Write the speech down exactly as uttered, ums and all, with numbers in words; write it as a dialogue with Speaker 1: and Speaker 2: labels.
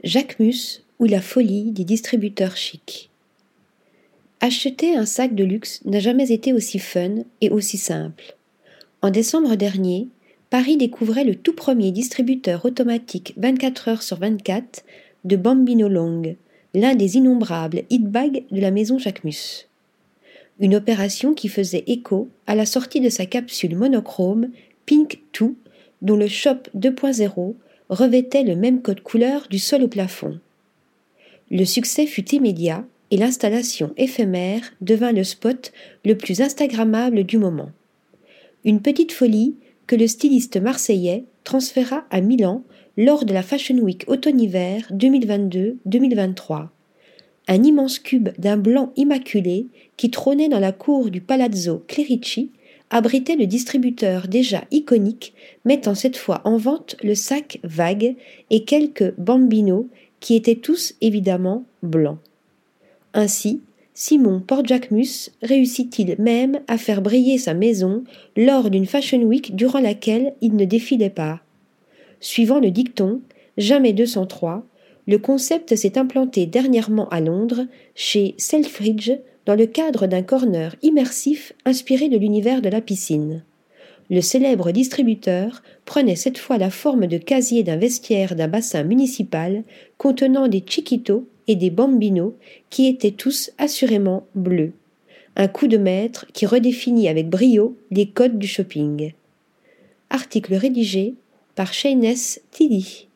Speaker 1: Jacquemus ou la folie des distributeurs chics. Acheter un sac de luxe n'a jamais été aussi fun et aussi simple. En décembre dernier, Paris découvrait le tout premier distributeur automatique vingt-quatre heures sur vingt-quatre de Bambino Long, l'un des innombrables hit-bags de la maison Jacquemus. Une opération qui faisait écho à la sortie de sa capsule monochrome Pink deux, dont le Shop deux point zéro revêtait le même code couleur du sol au plafond. Le succès fut immédiat et l'installation éphémère devint le spot le plus instagrammable du moment. Une petite folie que le styliste marseillais transféra à Milan lors de la Fashion Week automne-hiver deux mille vingt-deux deux mille vingt-trois. Un immense cube d'un blanc immaculé qui trônait dans la cour du Palazzo Clerici abritait le distributeur déjà iconique, mettant cette fois en vente le sac vague et quelques bambinos qui étaient tous évidemment blancs. Ainsi, Simon Porte-Jacquemus réussit-il même à faire briller sa maison lors d'une Fashion Week durant laquelle il ne défilait pas. Suivant le dicton « Jamais deux cent trois », le concept s'est implanté dernièrement à Londres, chez Selfridges, dans le cadre d'un corner immersif inspiré de l'univers de la piscine. Le célèbre distributeur prenait cette fois la forme de casier d'un vestiaire d'un bassin municipal contenant des chiquitos et des bambinos qui étaient tous assurément bleus. Un coup de maître qui redéfinit avec brio les codes du shopping. Article rédigé par Shayness Tilly.